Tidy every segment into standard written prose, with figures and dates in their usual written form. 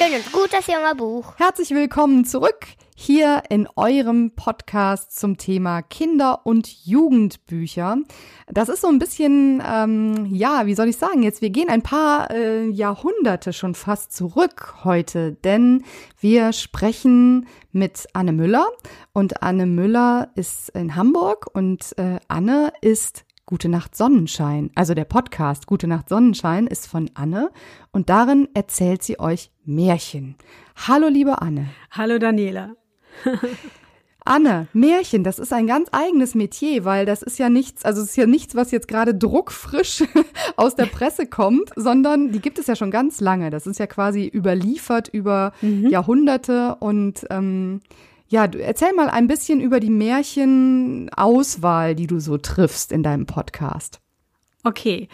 Schön und gut, das junge Buch. Herzlich willkommen zurück hier in eurem Podcast zum Thema Kinder- und Jugendbücher. Das ist so ein bisschen, wie soll ich sagen jetzt, wir gehen ein paar Jahrhunderte schon fast zurück heute, denn wir sprechen mit Anne Müller und Anne Müller ist in Hamburg und Anne ist Gute Nacht Sonnenschein. Also der Podcast Gute Nacht Sonnenschein ist von Anne und darin erzählt sie euch Märchen. Hallo liebe Anne. Hallo Daniela. Anne, Märchen, das ist ein ganz eigenes Metier, weil das ist ja nichts, also es ist ja nichts, was jetzt gerade druckfrisch aus der Presse kommt, sondern die gibt es ja schon ganz lange. Das ist ja quasi überliefert über Jahrhunderte und erzähl mal ein bisschen über die Märchenauswahl, die du so triffst in deinem Podcast. Okay,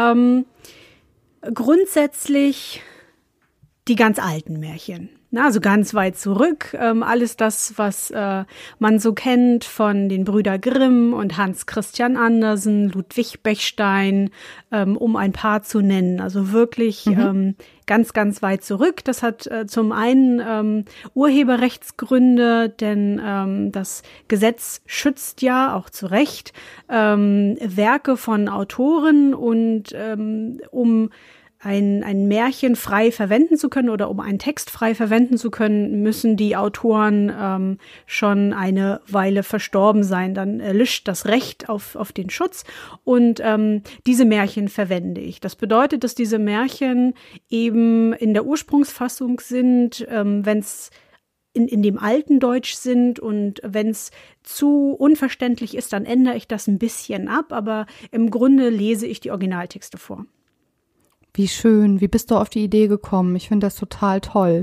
grundsätzlich die ganz alten Märchen. Also ganz weit zurück, alles das, was man so kennt von den Brüder Grimm und Hans Christian Andersen, Ludwig Bechstein, um ein paar zu nennen. Also wirklich ganz, ganz weit zurück. Das hat zum einen Urheberrechtsgründe, denn das Gesetz schützt ja auch zu Recht Werke von Autoren und um ein Märchen frei verwenden zu können oder um einen Text frei verwenden zu können, müssen die Autoren schon eine Weile verstorben sein. Dann erlischt das Recht auf den Schutz und diese Märchen verwende ich. Das bedeutet, dass diese Märchen eben in der Ursprungsfassung sind, wenn es in dem alten Deutsch sind und wenn es zu unverständlich ist, dann ändere ich das ein bisschen ab, aber im Grunde lese ich die Originaltexte vor. Wie schön, wie bist du auf die Idee gekommen? Ich finde das total toll.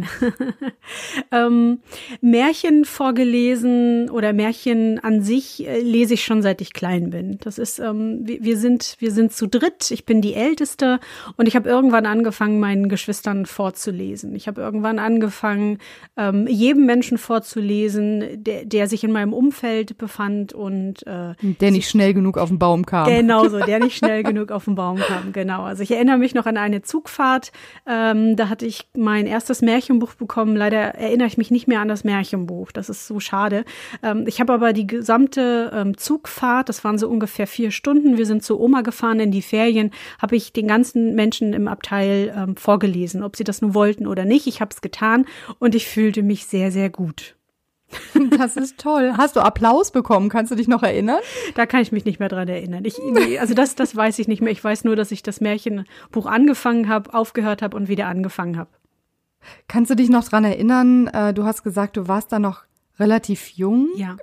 Märchen vorgelesen oder Märchen an sich lese ich schon seit ich klein bin. Das ist, wir sind zu dritt, ich bin die Älteste und ich habe irgendwann angefangen, meinen Geschwistern vorzulesen. Ich habe irgendwann angefangen, jedem Menschen vorzulesen, der sich in meinem Umfeld befand und der nicht schnell genug auf den Baum kam. Genau so, der nicht schnell genug auf den Baum kam, genau. Also ich erinnere mich noch an eine Zugfahrt, da hatte ich mein erstes Märchenbuch bekommen. Leider erinnere ich mich nicht mehr an das Märchenbuch, das ist so schade. Ich habe aber die gesamte Zugfahrt, das waren so ungefähr 4 Stunden, wir sind zu Oma gefahren in die Ferien, habe ich den ganzen Menschen im Abteil vorgelesen, ob sie das nun wollten oder nicht. Ich habe es getan und ich fühlte mich sehr, sehr gut. Das ist toll. Hast du Applaus bekommen? Kannst du dich noch erinnern? Da kann ich mich nicht mehr dran erinnern. Also das weiß ich nicht mehr. Ich weiß nur, dass ich das Märchenbuch angefangen habe, aufgehört habe und wieder angefangen habe. Kannst du dich noch dran erinnern? Du hast gesagt, du warst da noch relativ jung. Ja.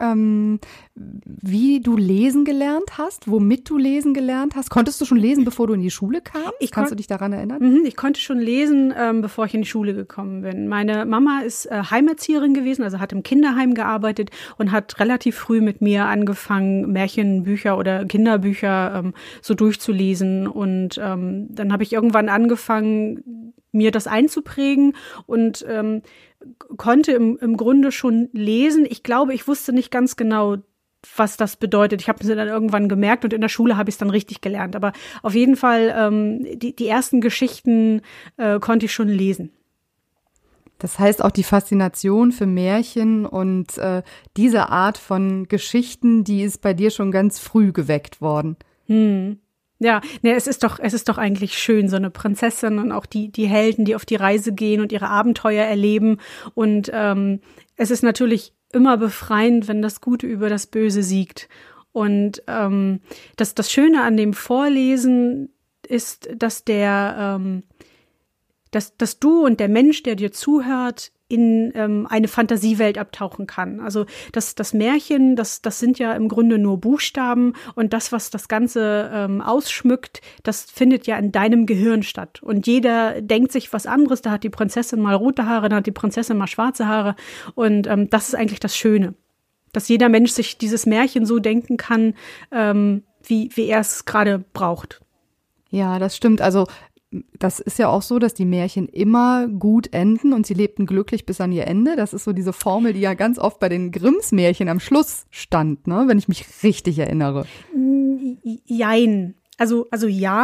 Wie du lesen gelernt hast, womit du lesen gelernt hast. Konntest du schon lesen, bevor du in die Schule kamst? Kannst du dich daran erinnern? Ich konnte schon lesen, bevor ich in die Schule gekommen bin. Meine Mama ist Heimerzieherin gewesen, also hat im Kinderheim gearbeitet und hat relativ früh mit mir angefangen, Märchenbücher oder Kinderbücher so durchzulesen. Und dann habe ich irgendwann angefangen, mir das einzuprägen und konnte im Grunde schon lesen. Ich glaube, ich wusste nicht ganz genau, was das bedeutet. Ich habe es dann irgendwann gemerkt und in der Schule habe ich es dann richtig gelernt. Aber auf jeden Fall, die ersten Geschichten konnte ich schon lesen. Das heißt auch die Faszination für Märchen und diese Art von Geschichten, die ist bei dir schon ganz früh geweckt worden. Ja, es ist doch eigentlich schön, so eine Prinzessin und auch die Helden, die auf die Reise gehen und ihre Abenteuer erleben. Und es ist natürlich immer befreiend, wenn das Gute über das Böse siegt. Und das Schöne an dem Vorlesen ist, dass dass du und der Mensch, der dir zuhört, in eine Fantasiewelt abtauchen kann. Also das Märchen, das sind ja im Grunde nur Buchstaben und das, was das Ganze ausschmückt, das findet ja in deinem Gehirn statt. Und jeder denkt sich was anderes. Da hat die Prinzessin mal rote Haare, da hat die Prinzessin mal schwarze Haare. Und das ist eigentlich das Schöne, dass jeder Mensch sich dieses Märchen so denken kann, wie er es gerade braucht. Ja, das stimmt. Also das ist ja auch so, dass die Märchen immer gut enden und sie lebten glücklich bis an ihr Ende. Das ist so diese Formel, die ja ganz oft bei den Grimms Märchen am Schluss stand, ne? Wenn ich mich richtig erinnere. Jein. Also ja,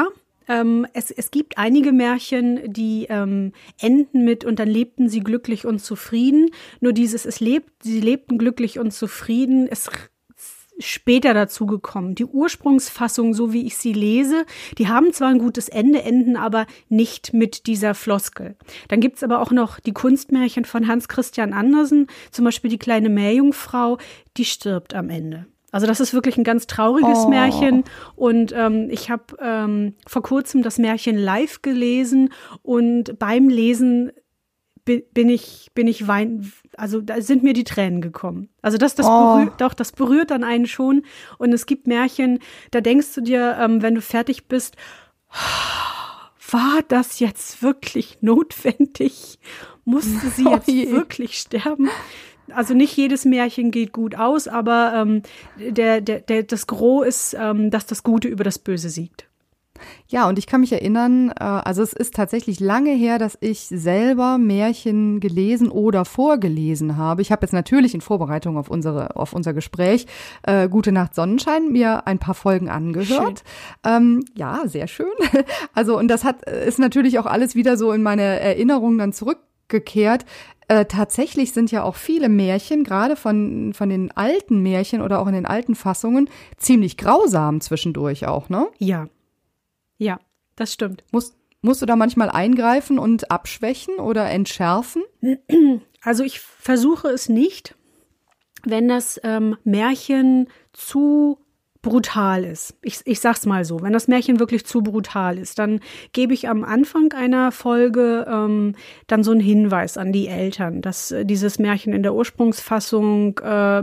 Es gibt einige Märchen, die enden mit und dann lebten sie glücklich und zufrieden. Nur sie lebten glücklich und zufrieden ist später dazu gekommen. Die Ursprungsfassung, so wie ich sie lese, die haben zwar ein gutes Ende, enden aber nicht mit dieser Floskel. Dann gibt's aber auch noch die Kunstmärchen von Hans Christian Andersen, zum Beispiel die kleine Meerjungfrau, die stirbt am Ende. Also das ist wirklich ein ganz trauriges Märchen und ich habe vor kurzem das Märchen live gelesen und beim Lesen bin ich also da sind mir die Tränen gekommen. Also das berührt dann einen schon. Und es gibt Märchen, da denkst du dir, wenn du fertig bist, war das jetzt wirklich notwendig? Musste sie jetzt wirklich sterben? Also nicht jedes Märchen geht gut aus, aber das Gros ist, dass das Gute über das Böse siegt. Ja, und ich kann mich erinnern, also es ist tatsächlich lange her, dass ich selber Märchen gelesen oder vorgelesen habe. Ich habe jetzt natürlich in Vorbereitung auf unser Gespräch Gute Nacht Sonnenschein mir ein paar Folgen angehört. Ja, sehr schön. Also und das ist natürlich auch alles wieder so in meine Erinnerungen dann zurückgekehrt. Tatsächlich sind ja auch viele Märchen, gerade von den alten Märchen oder auch in den alten Fassungen, ziemlich grausam zwischendurch auch, ne? Ja, das stimmt. Musst du da manchmal eingreifen und abschwächen oder entschärfen? Also ich versuche es nicht, wenn das Märchen zu brutal ist. Ich sag's mal so, wenn das Märchen wirklich zu brutal ist, dann gebe ich am Anfang einer Folge dann so einen Hinweis an die Eltern, dass dieses Märchen in der Ursprungsfassung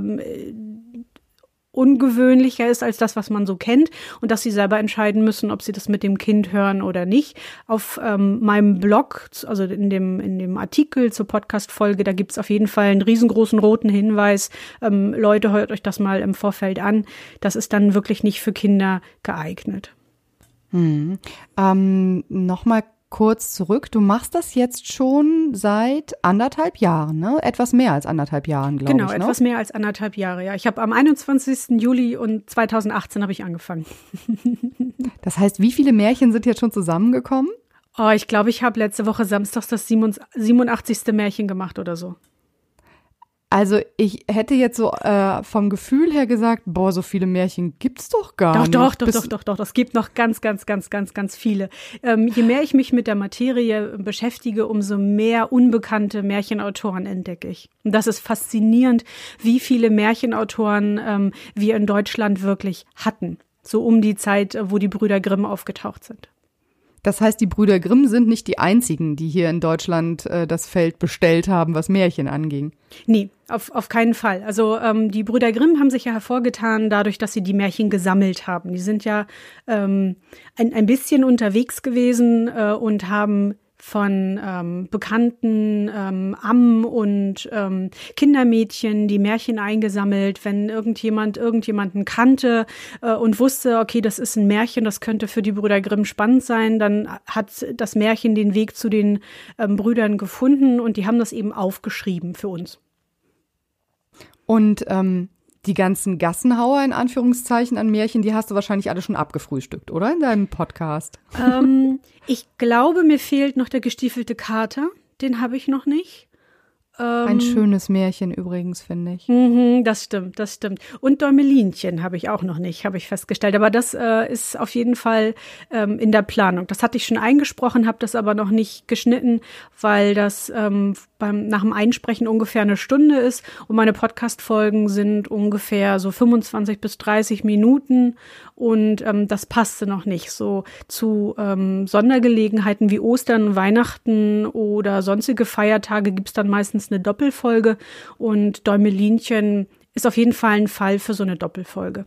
ungewöhnlicher ist als das, was man so kennt und dass sie selber entscheiden müssen, ob sie das mit dem Kind hören oder nicht. Auf meinem Blog, also in dem Artikel zur Podcast-Folge, da gibt's auf jeden Fall einen riesengroßen roten Hinweis. Leute, hört euch das mal im Vorfeld an. Das ist dann wirklich nicht für Kinder geeignet. Nochmal kurz zurück. Du machst das jetzt schon seit 1,5 Jahren, ne? Etwas mehr als 1,5 Jahren, glaube ich. Genau, etwas mehr als 1,5 Jahre, ja. Ich habe am 21. Juli 2018 habe ich angefangen. Das heißt, wie viele Märchen sind jetzt schon zusammengekommen? Oh, ich glaube, ich habe letzte Woche samstags das 87. Märchen gemacht oder so. Also ich hätte jetzt so vom Gefühl her gesagt, boah, so viele Märchen gibt's doch gar nicht. Doch. Es gibt noch ganz viele. Je mehr ich mich mit der Materie beschäftige, umso mehr unbekannte Märchenautoren entdecke ich. Und das ist faszinierend, wie viele Märchenautoren wir in Deutschland wirklich hatten. So um die Zeit, wo die Brüder Grimm aufgetaucht sind. Das heißt, die Brüder Grimm sind nicht die einzigen, die hier in Deutschland das Feld bestellt haben, was Märchen anging. Nee, auf keinen Fall. Also die Brüder Grimm haben sich ja hervorgetan dadurch, dass sie die Märchen gesammelt haben. Die sind ja ein bisschen unterwegs gewesen und haben von bekannten Ammen und Kindermädchen die Märchen eingesammelt. Wenn irgendjemanden kannte und wusste, okay, das ist ein Märchen, das könnte für die Brüder Grimm spannend sein, dann hat das Märchen den Weg zu den Brüdern gefunden und die haben das eben aufgeschrieben für uns. Und die ganzen Gassenhauer in Anführungszeichen an Märchen, die hast du wahrscheinlich alle schon abgefrühstückt, oder? In deinem Podcast. Ich glaube, mir fehlt noch der gestiefelte Kater. Den habe ich noch nicht. Ein schönes Märchen übrigens, finde ich. Das stimmt. Und Däumelinchen habe ich auch noch nicht, habe ich festgestellt. Aber das ist auf jeden Fall in der Planung. Das hatte ich schon eingesprochen, habe das aber noch nicht geschnitten, weil das nach dem Einsprechen ungefähr 1 Stunde ist. Und meine Podcast-Folgen sind ungefähr so 25 bis 30 Minuten. Und das passte noch nicht. So zu Sondergelegenheiten wie Ostern, Weihnachten oder sonstige Feiertage gibt's dann meistens eine Doppelfolge. Und Däumelinchen ist auf jeden Fall ein Fall für so eine Doppelfolge.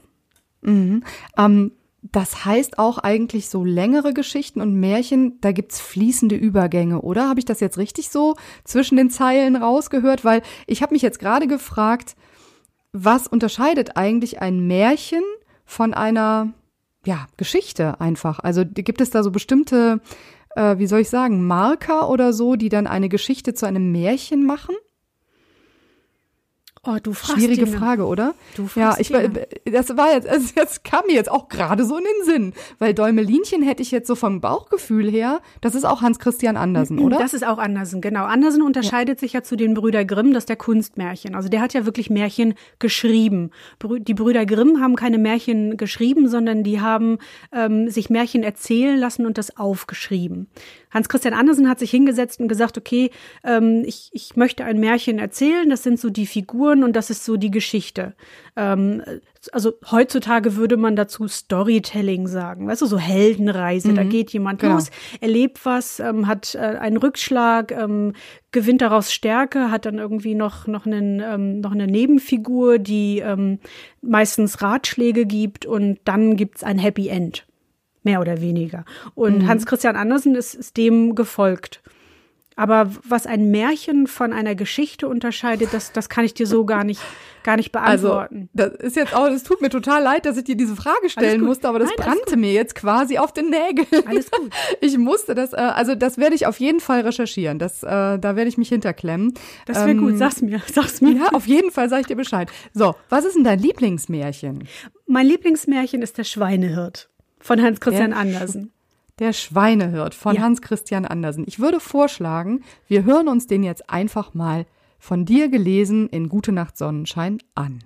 Das heißt auch eigentlich so längere Geschichten und Märchen, da gibt's fließende Übergänge, oder? Habe ich das jetzt richtig so zwischen den Zeilen rausgehört? Weil ich habe mich jetzt gerade gefragt, was unterscheidet eigentlich ein Märchen von einer Geschichte einfach? Also gibt es da so bestimmte, wie soll ich sagen, Marker oder so, die dann eine Geschichte zu einem Märchen machen? Oh, du fragst Schwierige ihn. Frage, oder? Du fragst das war jetzt, also jetzt kam mir jetzt auch gerade so in den Sinn, weil Däumelinchen hätte ich jetzt so vom Bauchgefühl her, das ist auch Hans Christian Andersen, oder? Das ist auch Andersen, genau. Andersen unterscheidet sich ja zu den Brüder Grimm, das ist der Kunstmärchen. Also der hat ja wirklich Märchen geschrieben. Die Brüder Grimm haben keine Märchen geschrieben, sondern die haben sich Märchen erzählen lassen und das aufgeschrieben. Hans Christian Andersen hat sich hingesetzt und gesagt, okay, ich möchte ein Märchen erzählen, das sind so die Figuren und das ist so die Geschichte. Also heutzutage würde man dazu Storytelling sagen, weißt du, so Heldenreise, da geht jemand los, erlebt was, hat einen Rückschlag, gewinnt daraus Stärke, hat dann irgendwie noch eine Nebenfigur, die meistens Ratschläge gibt und dann gibt's ein Happy End. Mehr oder weniger. Und Hans Christian Andersen ist dem gefolgt. Aber was ein Märchen von einer Geschichte unterscheidet, das kann ich dir so gar nicht beantworten. Also, das ist jetzt auch, es tut mir total leid, dass ich dir diese Frage stellen musste, aber das brannte mir jetzt quasi auf den Nägeln. Alles gut. Ich musste das, also das werde ich auf jeden Fall recherchieren. Da werde ich mich hinterklemmen. Das wäre gut, sag's mir. Ja, auf jeden Fall sage ich dir Bescheid. So, was ist denn dein Lieblingsmärchen? Mein Lieblingsmärchen ist der Schweinehirt von Hans Christian Andersen. Der Schweinehirt von Hans Christian Andersen. Ich würde vorschlagen, wir hören uns den jetzt einfach mal von dir gelesen in Gute Nacht Sonnenschein an.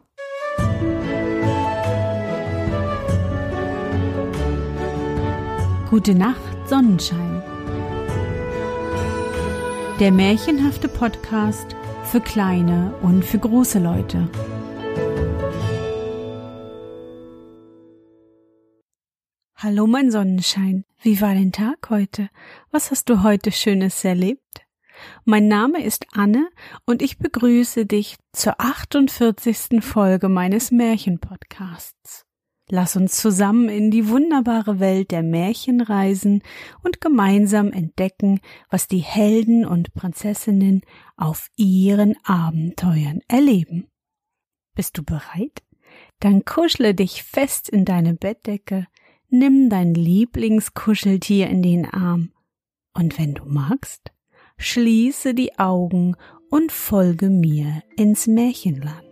Gute Nacht Sonnenschein. Der märchenhafte Podcast für kleine und für große Leute. Hallo mein Sonnenschein, wie war dein Tag heute? Was hast du heute Schönes erlebt? Mein Name ist Anne und ich begrüße dich zur 48. Folge meines Märchenpodcasts. Lass uns zusammen in die wunderbare Welt der Märchen reisen und gemeinsam entdecken, was die Helden und Prinzessinnen auf ihren Abenteuern erleben. Bist du bereit? Dann kuschle dich fest in deine Bettdecke. Nimm dein Lieblingskuscheltier in den Arm und wenn du magst, schließe die Augen und folge mir ins Märchenland.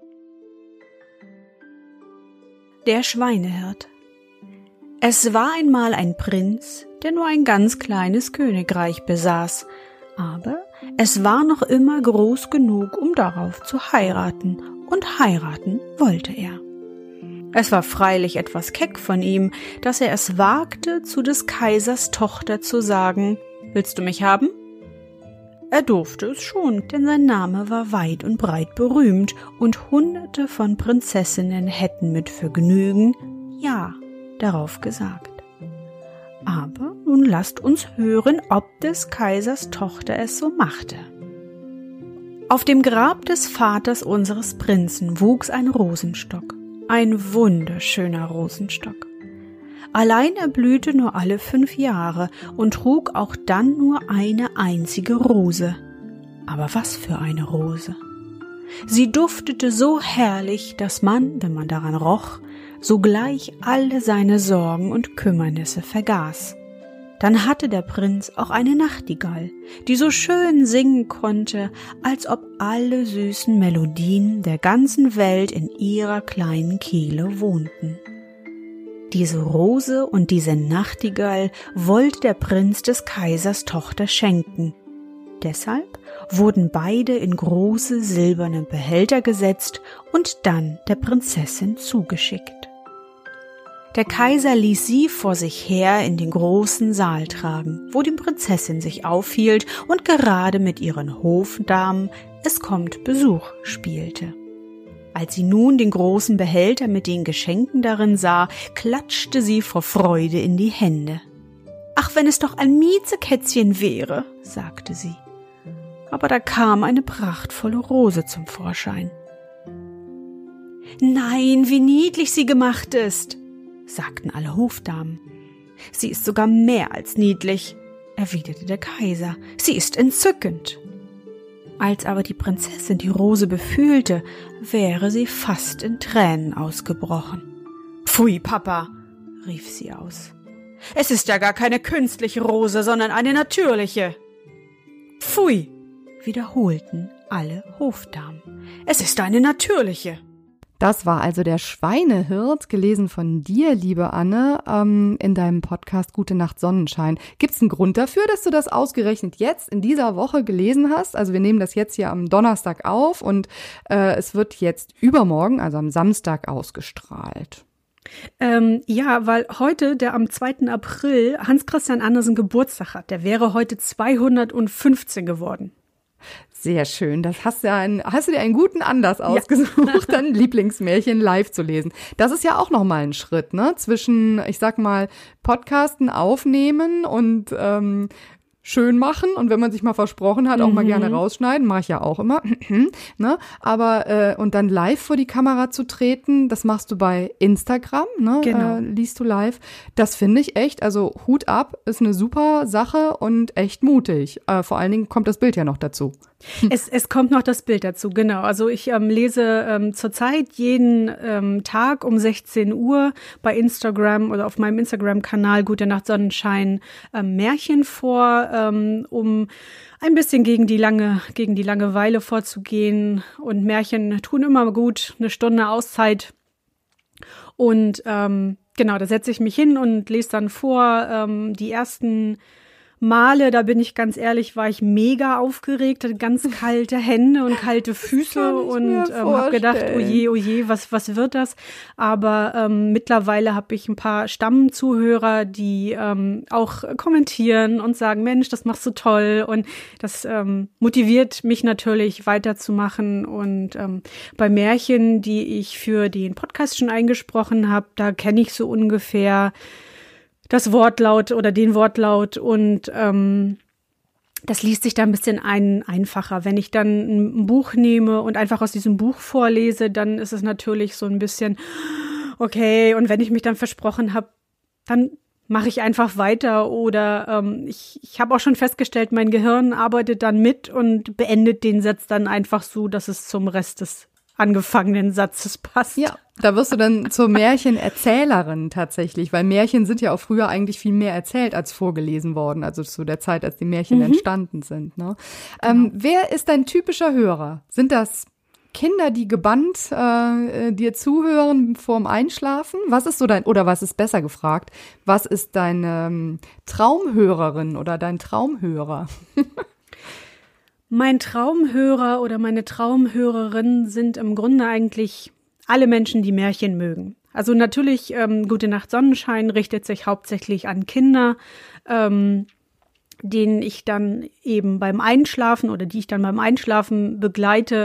Der Schweinehirt. Es war einmal ein Prinz, der nur ein ganz kleines Königreich besaß, aber es war noch immer groß genug, um darauf zu heiraten, und heiraten wollte er. Es war freilich etwas keck von ihm, dass er es wagte, zu des Kaisers Tochter zu sagen, »Willst du mich haben?« Er durfte es schon, denn sein Name war weit und breit berühmt, und Hunderte von Prinzessinnen hätten mit Vergnügen »Ja« darauf gesagt. Aber nun lasst uns hören, ob des Kaisers Tochter es so machte. Auf dem Grab des Vaters unseres Prinzen wuchs ein Rosenstock. Ein wunderschöner Rosenstock. Allein er blühte nur alle 5 Jahre und trug auch dann nur eine einzige Rose. Aber was für eine Rose! Sie duftete so herrlich, dass man, wenn man daran roch, sogleich alle seine Sorgen und Kümmernisse vergaß. Dann hatte der Prinz auch eine Nachtigall, die so schön singen konnte, als ob alle süßen Melodien der ganzen Welt in ihrer kleinen Kehle wohnten. Diese Rose und diese Nachtigall wollte der Prinz des Kaisers Tochter schenken. Deshalb wurden beide in große silberne Behälter gesetzt und dann der Prinzessin zugeschickt. Der Kaiser ließ sie vor sich her in den großen Saal tragen, wo die Prinzessin sich aufhielt und gerade mit ihren Hofdamen »Es kommt Besuch« spielte. Als sie nun den großen Behälter mit den Geschenken darin sah, klatschte sie vor Freude in die Hände. »Ach, wenn es doch ein Miezekätzchen wäre«, sagte sie. Aber da kam eine prachtvolle Rose zum Vorschein. »Nein, wie niedlich sie gemacht ist«, sagten alle Hofdamen. »Sie ist sogar mehr als niedlich«, erwiderte der Kaiser. »Sie ist entzückend.« Als aber die Prinzessin die Rose befühlte, wäre sie fast in Tränen ausgebrochen. »Pfui, Papa«, rief sie aus. »Es ist ja gar keine künstliche Rose, sondern eine natürliche.« »Pfui«, wiederholten alle Hofdamen. Es ist eine natürliche. Das war also der Schweinehirt, gelesen von dir, liebe Anne, in deinem Podcast Gute Nacht Sonnenschein. Gibt es einen Grund dafür, dass du das ausgerechnet jetzt in dieser Woche gelesen hast? Also wir nehmen das jetzt hier am Donnerstag auf und es wird jetzt übermorgen, also am Samstag, ausgestrahlt. Ja, weil heute, der am 2. April, Hans Christian Andersen Geburtstag hat. Der wäre heute 215 geworden. Sehr schön. Das hast du dir einen guten Anlass ausgesucht, dein Lieblingsmärchen live zu lesen. Das ist ja auch nochmal ein Schritt, ne? Zwischen, ich sag mal, Podcasten aufnehmen und schön machen und wenn man sich mal versprochen hat, auch mal gerne rausschneiden, mache ich ja auch immer, ne? Aber und dann live vor die Kamera zu treten, das machst du bei Instagram, ne? Genau. Liest du live. Das finde ich echt, also Hut ab, ist eine super Sache und echt mutig. Vor allen Dingen kommt das Bild ja noch dazu. Es kommt noch das Bild dazu, genau. Also ich lese zurzeit jeden Tag um 16 Uhr bei Instagram oder auf meinem Instagram-Kanal Gute Nacht Sonnenschein Märchen vor, um ein bisschen gegen die Langeweile vorzugehen. Und Märchen tun immer gut, eine Stunde Auszeit. Und genau, da setze ich mich hin und lese dann vor. Die ersten Male, da bin ich ganz ehrlich, war ich mega aufgeregt, hatte ganz kalte Hände und kalte Füße und habe gedacht, oh je, was wird das? Aber mittlerweile habe ich ein paar Stammzuhörer, die auch kommentieren und sagen, Mensch, das machst du toll, und das motiviert mich natürlich weiterzumachen. Und bei Märchen, die ich für den Podcast schon eingesprochen habe, da kenne ich so ungefähr das Wortlaut oder den Wortlaut, und das liest sich da ein bisschen einfacher. Wenn ich dann ein Buch nehme und einfach aus diesem Buch vorlese, dann ist es natürlich so ein bisschen okay, und wenn ich mich dann versprochen habe, dann mache ich einfach weiter, oder ich habe auch schon festgestellt, mein Gehirn arbeitet dann mit und beendet den Satz dann einfach so, dass es zum Rest des angefangenen Satzes passt. Ja, da wirst du dann zur Märchenerzählerin tatsächlich, weil Märchen sind ja auch früher eigentlich viel mehr erzählt als vorgelesen worden, also zu der Zeit, als die Märchen entstanden sind. Ne? Genau. Wer ist dein typischer Hörer? Sind das Kinder, die gebannt dir zuhören vorm Einschlafen? Was ist so was ist besser gefragt, was ist deine Traumhörerin oder dein Traumhörer? Mein Traumhörer oder meine Traumhörerin sind im Grunde eigentlich alle Menschen, die Märchen mögen. Also natürlich, Gute Nacht Sonnenschein richtet sich hauptsächlich an Kinder, denen ich dann eben beim Einschlafen oder die ich dann beim Einschlafen begleite.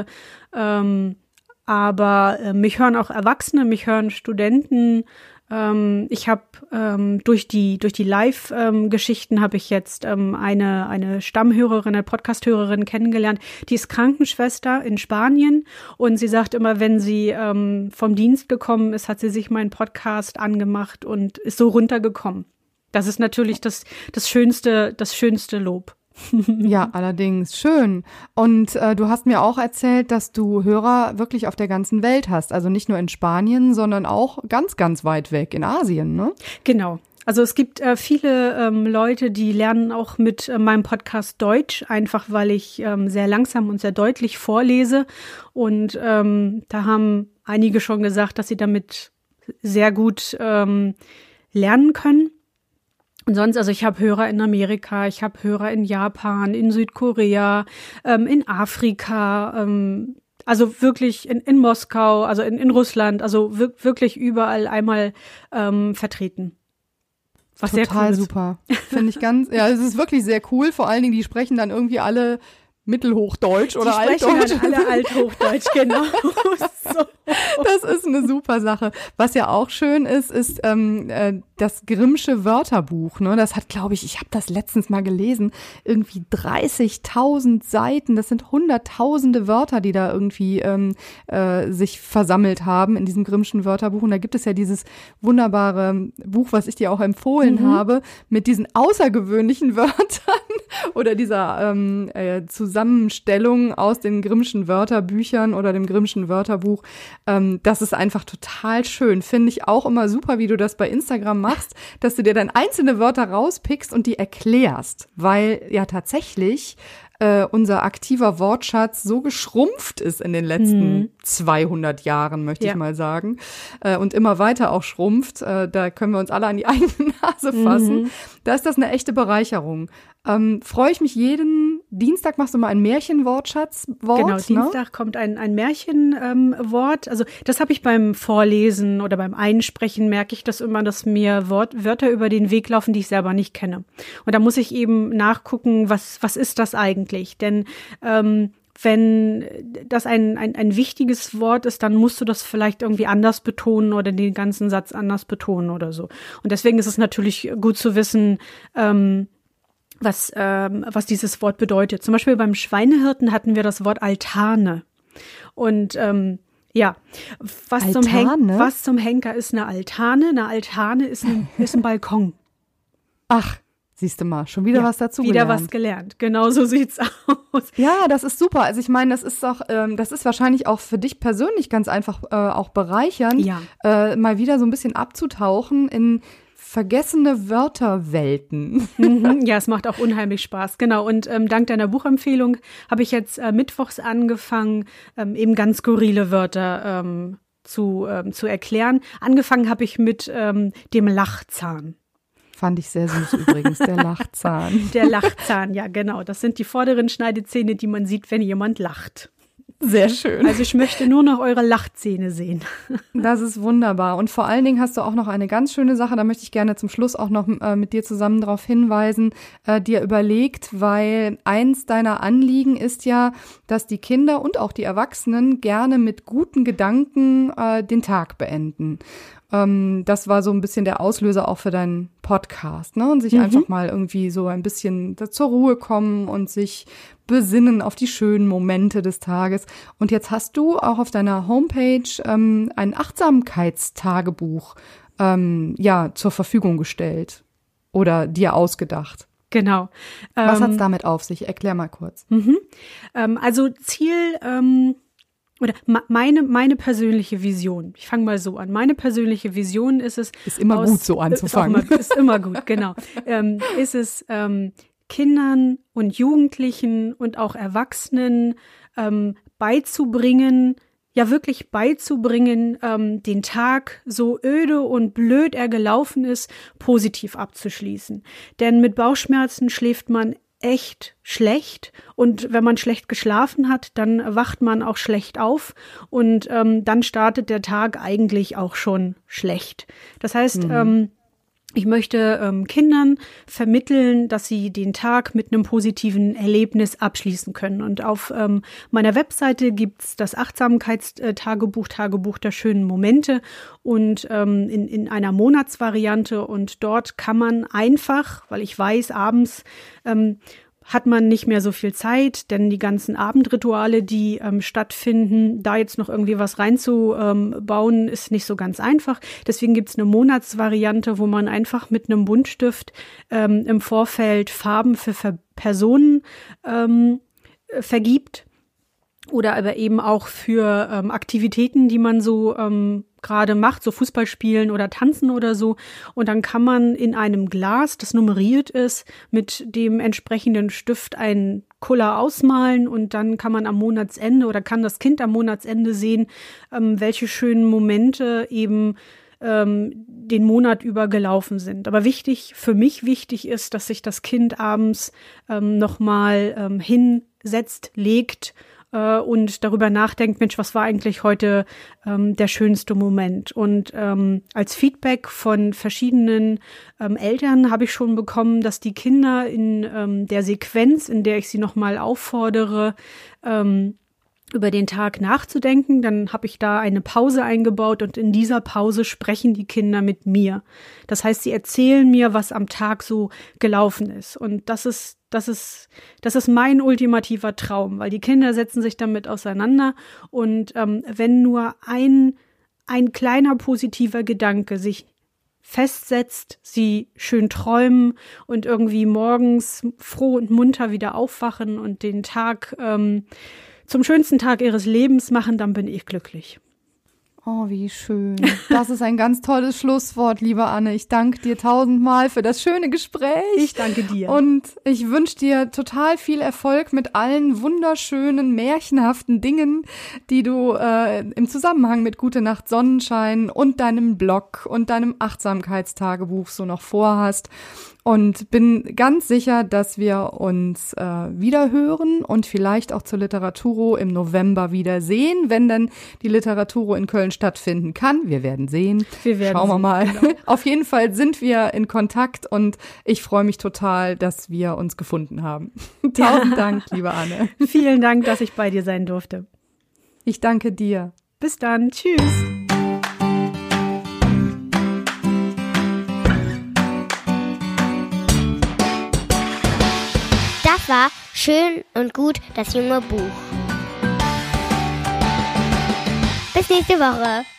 Aber mich hören auch Erwachsene, mich hören Studenten. Ich habe durch die Live-Geschichten habe ich jetzt eine Stammhörerin, eine Podcast-Hörerin kennengelernt, die ist Krankenschwester in Spanien, und sie sagt immer, wenn sie vom Dienst gekommen ist, hat sie sich meinen Podcast angemacht und ist so runtergekommen. Das ist natürlich das schönste Lob. Ja, allerdings schön. Und du hast mir auch erzählt, dass du Hörer wirklich auf der ganzen Welt hast. Also nicht nur in Spanien, sondern auch ganz, ganz weit weg in Asien, ne? Genau. Also es gibt viele Leute, die lernen auch mit meinem Podcast Deutsch, einfach weil ich sehr langsam und sehr deutlich vorlese. Und da haben einige schon gesagt, dass sie damit sehr gut lernen können. Und sonst, also ich habe Hörer in Amerika, ich habe Hörer in Japan, in Südkorea, in Afrika, also wirklich in Moskau, also in Russland, also wirklich überall einmal vertreten. Was total sehr cool ist. Super. Finde ich es ist wirklich sehr cool. Vor allen Dingen, die sprechen dann irgendwie alle Mittelhochdeutsch oder Altdeutsch. Die sprechen alle Althochdeutsch, genau. So. Das ist eine super Sache. Was ja auch schön ist das Grimmsche Wörterbuch. Ne? Das hat, glaube ich habe das letztens mal gelesen, irgendwie 30.000 Seiten. Das sind hunderttausende Wörter, die da irgendwie sich versammelt haben in diesem Grimmschen Wörterbuch. Und da gibt es ja dieses wunderbare Buch, was ich dir auch empfohlen habe, mit diesen außergewöhnlichen Wörtern oder dieser Zusammenstellung aus den Grimmschen Wörterbüchern oder dem Grimmschen Wörterbuch. Das ist einfach total schön. Finde ich auch immer super, wie du das bei Instagram machst, dass du dir dann einzelne Wörter rauspickst und die erklärst. Weil ja tatsächlich unser aktiver Wortschatz so geschrumpft ist in den letzten 200 Jahren, möchte ich mal sagen, und immer weiter auch schrumpft. Da können wir uns alle an die eigene Nase fassen. Da ist das eine echte Bereicherung. Freue ich mich jeden Dienstag, machst du mal ein Märchenwortschatzwort. Genau, Dienstag kommt ein Märchenwort. Also das habe ich beim Vorlesen oder beim Einsprechen, merke ich das immer, dass mir Wörter über den Weg laufen, die ich selber nicht kenne. Und da muss ich eben nachgucken, was ist das eigentlich? Denn wenn das ein wichtiges Wort ist, dann musst du das vielleicht irgendwie anders betonen oder den ganzen Satz anders betonen oder so. Und deswegen ist es natürlich gut zu wissen, was dieses Wort bedeutet. Zum Beispiel beim Schweinehirten hatten wir das Wort Altane. Und was zum Henker ist eine Altane? Eine Altane ist ein Balkon. Ach, siehst du mal, schon wieder was dazu gelernt. Wieder was gelernt. Genau so sieht's aus. Ja, das ist super. Also ich meine, das ist wahrscheinlich auch für dich persönlich ganz einfach auch bereichernd, mal wieder so ein bisschen abzutauchen in vergessene Wörterwelten. Ja, es macht auch unheimlich Spaß. Genau. Und dank deiner Buchempfehlung habe ich jetzt mittwochs angefangen, eben ganz skurrile Wörter zu erklären. Angefangen habe ich mit dem Lachzahn. Fand ich sehr süß übrigens, der Lachzahn. Der Lachzahn, ja genau. Das sind die vorderen Schneidezähne, die man sieht, wenn jemand lacht. Sehr schön. Also ich möchte nur noch eure Lachzähne sehen. Das ist wunderbar. Und vor allen Dingen hast du auch noch eine ganz schöne Sache, da möchte ich gerne zum Schluss auch noch mit dir zusammen darauf hinweisen, dir überlegt, weil eins deiner Anliegen ist ja, dass die Kinder und auch die Erwachsenen gerne mit guten Gedanken den Tag beenden. Das war so ein bisschen der Auslöser auch für deinen Podcast, ne? Und sich einfach mal irgendwie so ein bisschen zur Ruhe kommen und sich besinnen auf die schönen Momente des Tages. Und jetzt hast du auch auf deiner Homepage ein Achtsamkeitstagebuch zur Verfügung gestellt oder dir ausgedacht. Genau. Was hat's damit auf sich? Erklär mal kurz. Also Ziel oder meine persönliche Vision. Ich fange mal so an. Meine persönliche Vision ist es. Ist immer gut so anzufangen. Ist immer gut, genau. Ist es Kindern und Jugendlichen und auch Erwachsenen beizubringen, den Tag, so öde und blöd er gelaufen ist, positiv abzuschließen. Denn mit Bauchschmerzen schläft man echt schlecht und wenn man schlecht geschlafen hat, dann wacht man auch schlecht auf und dann startet der Tag eigentlich auch schon schlecht. Das heißt, ich möchte Kindern vermitteln, dass sie den Tag mit einem positiven Erlebnis abschließen können. Und auf meiner Webseite gibt's das Achtsamkeitstagebuch, Tagebuch der schönen Momente und in einer Monatsvariante. Und dort kann man einfach, weil ich weiß, abends hat man nicht mehr so viel Zeit, denn die ganzen Abendrituale, die stattfinden, da jetzt noch irgendwie was reinzubauen, ist nicht so ganz einfach. Deswegen gibt's eine Monatsvariante, wo man einfach mit einem Buntstift im Vorfeld Farben für Personen vergibt oder aber eben auch für Aktivitäten, die man so gerade macht, so Fußball spielen oder tanzen oder so. Und dann kann man in einem Glas, das nummeriert ist, mit dem entsprechenden Stift einen Kuller ausmalen und dann kann man am Monatsende oder kann das Kind am Monatsende sehen, welche schönen Momente eben den Monat über gelaufen sind. Aber für mich wichtig ist, dass sich das Kind abends nochmal hinsetzt, legt und darüber nachdenkt, Mensch, was war eigentlich heute der schönste Moment? Und als Feedback von verschiedenen Eltern habe ich schon bekommen, dass die Kinder in der Sequenz, in der ich sie nochmal auffordere, über den Tag nachzudenken, dann habe ich da eine Pause eingebaut und in dieser Pause sprechen die Kinder mit mir. Das heißt, sie erzählen mir, was am Tag so gelaufen ist. Und das ist mein ultimativer Traum, weil die Kinder setzen sich damit auseinander und wenn nur ein kleiner positiver Gedanke sich festsetzt, sie schön träumen und irgendwie morgens froh und munter wieder aufwachen und den Tag zum schönsten Tag ihres Lebens machen, dann bin ich glücklich. Oh, wie schön. Das ist ein ganz tolles Schlusswort, liebe Anne. Ich danke dir 1000-mal für das schöne Gespräch. Ich danke dir. Und ich wünsche dir total viel Erfolg mit allen wunderschönen, märchenhaften Dingen, die du im Zusammenhang mit Gute Nacht Sonnenschein und deinem Blog und deinem Achtsamkeitstagebuch so noch vorhast. Und bin ganz sicher, dass wir uns wieder hören und vielleicht auch zur Literaturo im November wieder sehen, wenn dann die Literaturo in Köln stattfinden kann. Wir werden sehen. Schauen wir mal. Genau. Auf jeden Fall sind wir in Kontakt und ich freue mich total, dass wir uns gefunden haben. 1000 Dank, liebe Anne. Vielen Dank, dass ich bei dir sein durfte. Ich danke dir. Bis dann. Tschüss. Das war Schön und gut, das junge Buch. Bis nächste Woche.